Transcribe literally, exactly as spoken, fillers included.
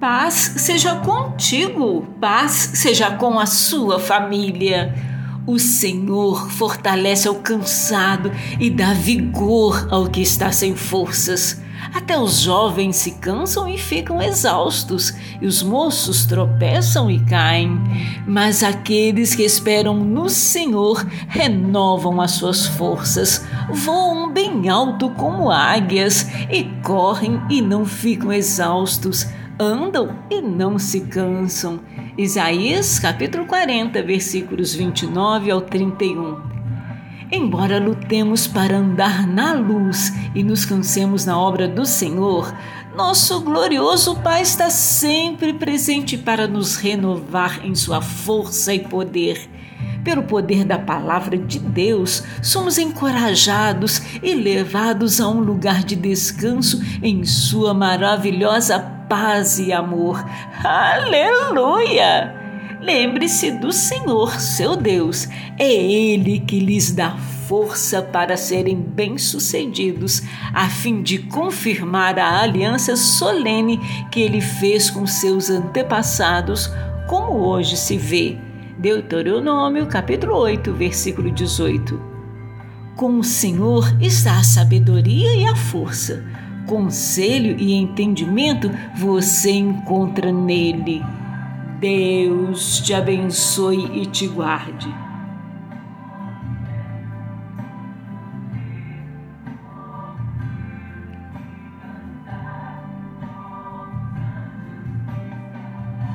Paz seja contigo, paz seja com a sua família. O Senhor fortalece ao cansado e dá vigor ao que está sem forças. Até os jovens se cansam e ficam exaustos, e os moços tropeçam e caem. Mas aqueles que esperam no Senhor renovam as suas forças, voam bem alto como águias, e correm e não ficam exaustos, andam e não se cansam. Isaías capítulo quarenta, versículos vinte e nove ao trinta e um. Embora lutemos para andar na luz e nos cansemos na obra do Senhor, nosso glorioso Pai está sempre presente para nos renovar em sua força e poder. Pelo poder da palavra de Deus, somos encorajados e levados a um lugar de descanso em sua maravilhosa paz e amor. Aleluia! Lembre-se do Senhor, seu Deus. É Ele que lhes dá força para serem bem-sucedidos, a fim de confirmar a aliança solene que Ele fez com seus antepassados, como hoje se vê. Deuteronômio, capítulo oito, versículo dezoito. Com o Senhor está a sabedoria e a força. Conselho e entendimento você encontra nele. Deus te abençoe e te guarde.